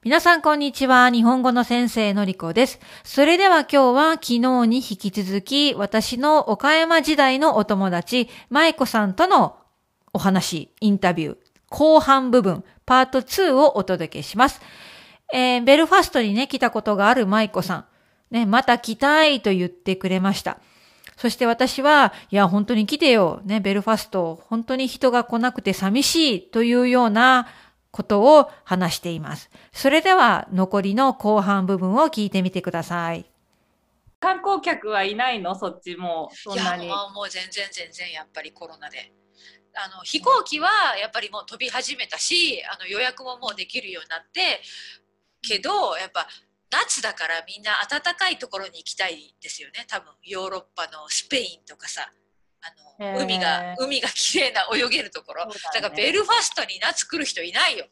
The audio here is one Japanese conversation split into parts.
皆さんこんにちは。日本語の先生のりこです。それでは今日は昨日に引き続き私の岡山時代のお友達、舞子さんとのお話、インタビュー、後半部分、パート2をお届けします。ベルファストにね、来たことがある舞子さん。ね、また来たいと言ってくれました。そして私は、いや、本当に来てよ。ね、ベルファスト、本当に人が来なくて寂しいというようなことを話しています。それでは残りの後半部分を聞いてみてください。 観光客はいないの？そっちもそんなに。 いやもう全然やっぱりコロナで飛行機はやっぱりもう飛び始めたし予約ももうできるようになってけどやっぱ夏だからみんな暖かいところに行きたいですよね。多分ヨーロッパのスペインとかさ海がきれいな泳げるところ だからベルファストに夏来る人いないよ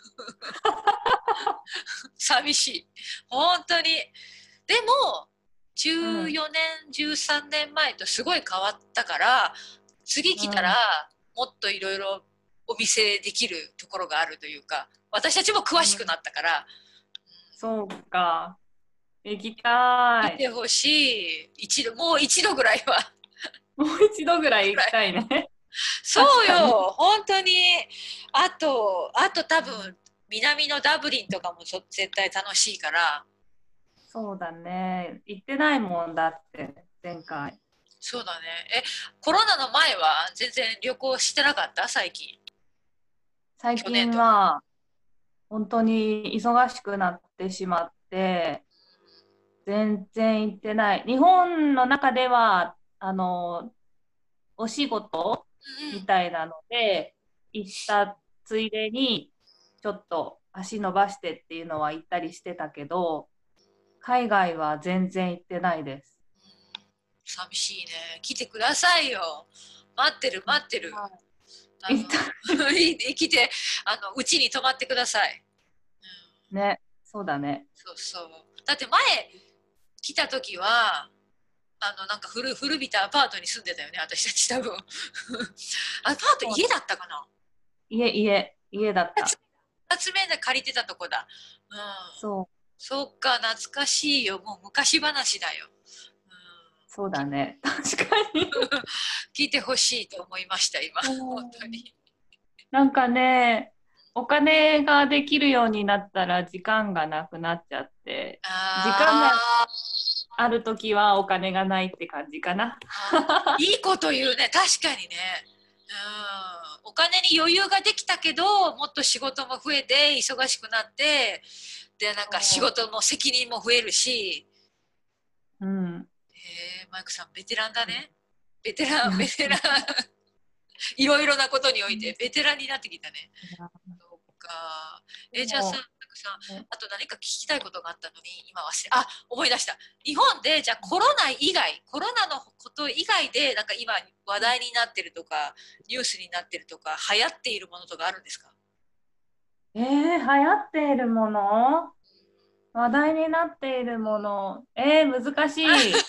寂しい本当に。でも14年、13年前とすごい変わったから次来たらもっといろいろお見せできるところがあるというか私たちも詳しくなったから、 そうか、行きたい。 見てほしい。もう一度ぐらいはもう一度ぐらい行きたいねそうよ本当に。あと多分南のダブリンとかも絶対楽しいから。 そうだね、行ってないもんだって前回。 そうだね。コロナの前は全然旅行してなかった最近は本当に忙しくなってしまって全然行ってない。日本の中ではお仕事みたいなので、行ったついでにちょっと足伸ばしてっていうのは行ったりしてたけど、海外は全然行ってないです。 寂しいね。来てくださいよ。待ってる。生きてうちに泊まってください。 ね、そうだね。 そうだって前来た時はなんか古びたアパートに住んでたよね私たち多分アパート家だったかな。 家だった。 2つ目で借りてたとこだ。そうか懐かしいよ。もう昔話だよ。 そうだね、確かに聞いてほしいと思いました今本当に。 なんかね、お金ができるようになったら時間がなくなっちゃって、時間があるときはお金がないって感じかな。 いいこと言うね、確かにね。お金に余裕ができたけどもっと仕事も増えて忙しくなってでなんか仕事も責任も増えるし。マイクさんベテランだね。ベテランいろいろなことにおいてベテランになってきたね。そうか。じゃあさ、マイクさん、あと何か聞きたいことがあったのに今思い出した。日本でじゃあコロナのこと以外でなんか今話題になってるとかニュースになってるとか流行っているものとかあるんですか？ 流行っているもの、話題になっているもの、難しい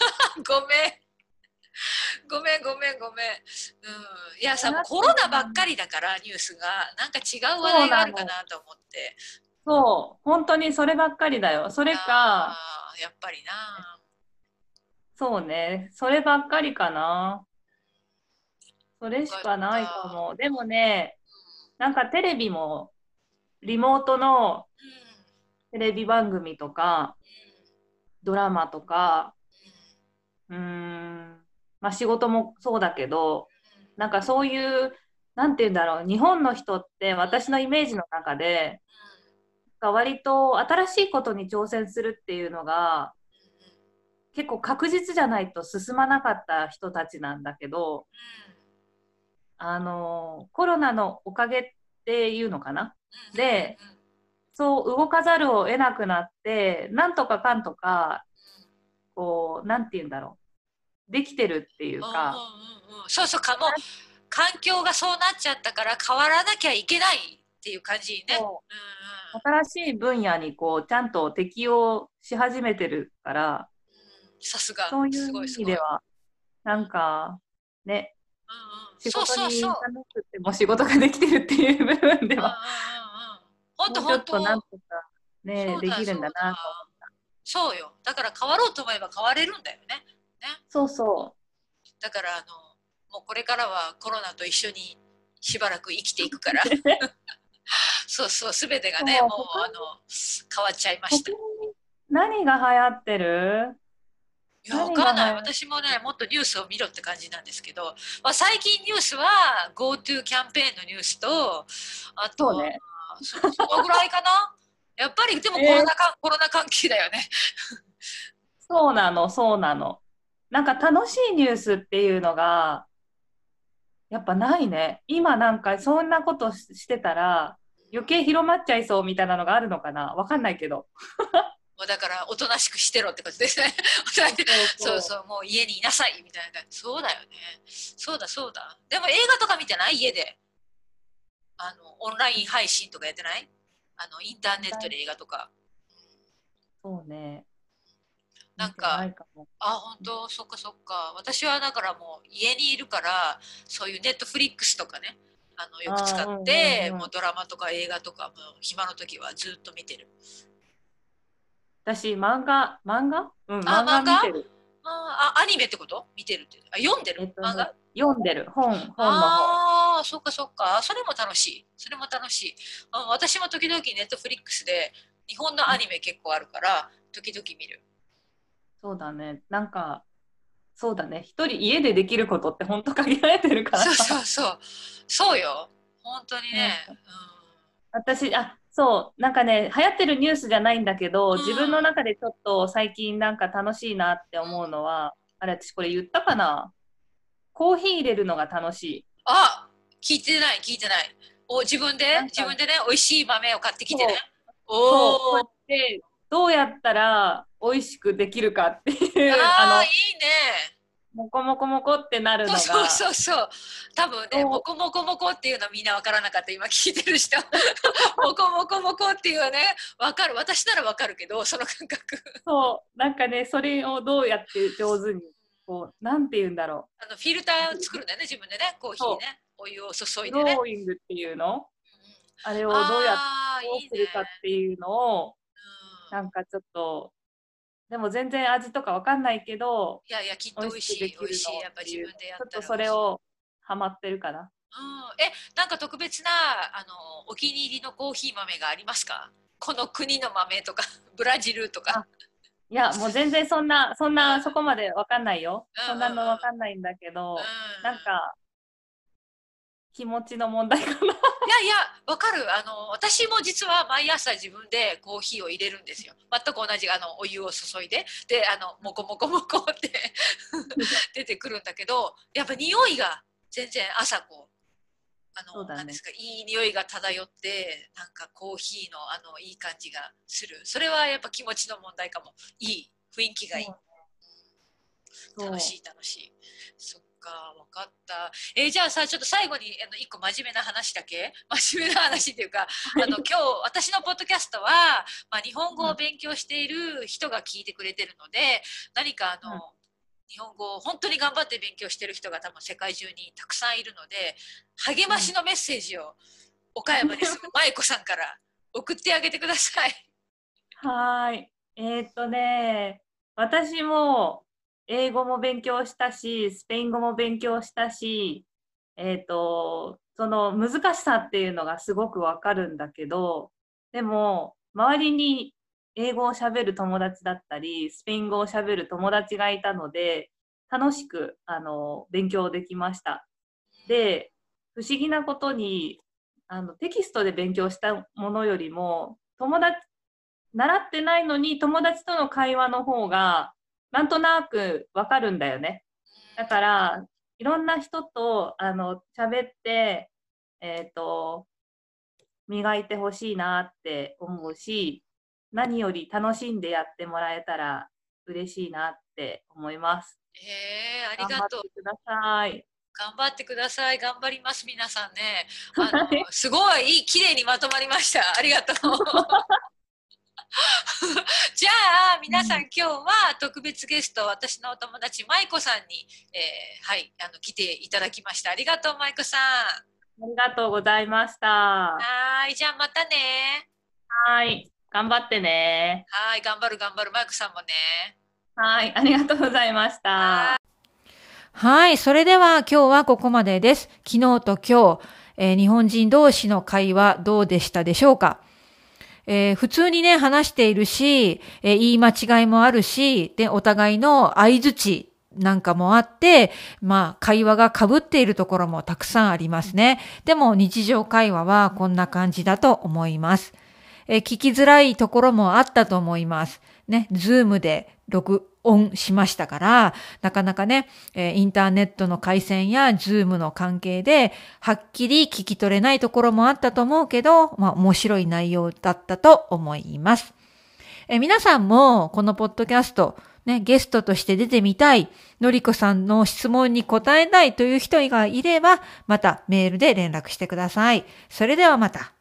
ごめん。いやさ、もうコロナばっかりだからニュースがなんか違う話題があるかなと思って。 そう、本当にそればっかりだよ。それか、 やっぱりな。 そうね、そればっかりかな。それしかないかも。でもね、なんかテレビもリモートのテレビ番組とかドラマとか、まあ仕事もそうだけど、なんかそういう、なんて言うんだろう、日本の人って私のイメージの中で、割と新しいことに挑戦するっていうのが結構確実じゃないと進まなかった人たちなんだけど、コロナのおかげっていうのかな、でそう動かざるを得なくなってなんとかかんとかこうなんて言うんだろう、できてるっていうか、 そうもう環境がそうなっちゃったから変わらなきゃいけないっていう感じね。 新しい分野にこうちゃんと適応し始めてるから、 さすがそういう意味ではなんかね、仕事に行かなくても仕事ができてるっていう部分ではもうちょっとなんとかね、でそうだ、そうきるんだなだ。 と思って。 そうよ。だから変わろうと思えば変われるんだよね。ね。 そうそだからもうこれからはコロナと一緒にしばらく生きていくから、 う。 そうそう、すべてがね、 そう、 もう変わっちゃいました。 他に何が流行ってる？ いや、わ何がかんない。 流行っ私もね、もっとニュースを見ろって感じなんですけど、まあ、最近ニュースは GoTo キャンペーンのニュースと、あとは、 そうね。 そのぐらいかな。やっぱりでもえーコロナ関係だよね。 そうなの、そうなの。なんか楽しいニュースっていうのが、やっぱないね。今なんかそんなことしてたら、余計広まっちゃいそうみたいなのがあるのかな。わかんないけど。 もうだからおとなしくしてろってことですね。 そうそうそそうそう、もう家にいなさいみたいな。そうだよね。そうだそうだ。でも映画とか見てない家で。オンライン配信とかやってない？インターネットで映画とか。 そうね。見てななんか、 いかも。 本当、そっかそっか。私はだからもう家にいるから、そういうネットフリックスとかね、よく使っああ、うんうんて、 うん。 もうドラマとか映画とかも暇の時はずっと見てる。 私、漫画漫画漫画見てる。 アニメってこと見てるって。読んでる漫画？ 読んでる。本の方。 そっかそっか。それも楽しい。それも楽しい。私も時々ネットフリックスで日本のアニメ結構あるから、時々見る。 そうだね。なんか、そうだね。一人家でできることって本当限られてるからそうそさ。 うそう。そうよ。本当にね。 なんか私、そう、なんかね、流行ってるニュースじゃないんだけど、 うん。 自分のうん。 中でちょっと最近なんか楽しいなって思うのは、あれ、私これ言ったかな？コーヒー入れるのが楽しい。 あ、聞いてない、聞いてない。 なんか、 自分でね、美味しい豆を買ってきてね。 そう、そう、こうやおー。 ってどうやったら美味しくできるかってあいう、 いいね。 もこもこもこってなるそうそうのが、 そうそう。多分ね、もそこもこもこっていうのみんなわからなかった。今聞いてる人。もこもこもこっていうね、わかる。私ならわかるけど、その感覚。 なんかね、それをどうやって上手に、こう、なんて言うんだろフィルターを作るんだよね、自分でね、コーう。そヒーね。お湯を注う、ブいでね。 ローイングっていうのうんうん、 あれをどうやって、どういいね。 するかっていうのを、 うん。 なんかちょっと、でも全然味とかわかんないけど、 いやいや、きっ美味しくでと美味しい、美味しい。 きるのっやっぱていう、 自分でやっちょっとたら美味しい。 それをハマってるかな。 うん、なんか特別な、お気に入りのコーヒー豆がありますか？この国の豆とか、ブラジルとか。 あ、いや、もう全然そこまでわかんないよ。 うんうんうんそんなのわかんないんだけうん。 ど、なんか気持ちの問題かな。 いやいや、わかる。私も実は毎朝自分でコーヒーを入れるんですよ。全く同じ、お湯を注いで、で、もこもこもこって出てくるんだけど、やっぱ匂いが全然朝こう、 そうだね。 なんですか、いい匂いが漂って、なんかコーヒーのいい感じがする。それはやっぱ気持ちの問題かも。いい。雰囲気がいい。 そうそ楽しい楽しい。そっか、わかった。じゃあさ、ちょっと最後に一個真面目な話だけ真面目な話っていうか、 う。はい。 今日私のポッドキャストは、まあ、日本語うんを勉強している人が聞いてくれてるので、何かうん日本語を本当に頑張って勉強している人が多分世界中にたくさんいるので、励ましのメッセージを岡山に住む舞子さんから送ってあげてください。 はーい。私も英語も勉強したし、スペイン語も勉強したし、その難しさっていうのがすごくわかるんだけど、でも、周りに英語を喋る友達だったり、スペイン語を喋る友達がいたので、楽しく、勉強できました。で、不思議なことに、テキストで勉強したものよりも、習ってないのに友達との会話の方がなんとなくわかるんだよね。だからいろんな人と喋って、えっと磨いてほしいなって思うし、何より楽しんでやってもらえたら嬉しいなって思います。 あり頑がとう。 張ってください。 頑張ってください。頑張ります、皆さんね。 はい。 すごいいい、綺麗にまとまりました。ありがとう。じゃあ、皆さん、 うん、 今日は特別ゲスト、私のお友達、舞子さんに、はい、来ていただきました。ありがとう、舞子さん。 ありがとうございました。 はい、じゃあまたね。 はい。 頑張ってね。 はい、頑張る。マイクさんもね。 はい、ありがとうございました。 はい、それでは今日はここまでです。昨日と今日、日本人同士の会話どうでしたでしょうか？普通にね、話しているし、言い間違いもあるし、で、お互いの相槌なんかもあって、会話が被っているところもたくさんありますね。でも、日常会話はこんな感じだと思います。聞きづらいところもあったと思います。ね、ズームで録音しましたから、なかなかね、インターネットの回線やズームの関係で、はっきり聞き取れないところもあったと思うけど、面白い内容だったと思います。皆さんもこのポッドキャスト、ね、ゲストとして出てみたい、のりこさんの質問に答えたいという人がいれば、またメールで連絡してください。それではまた。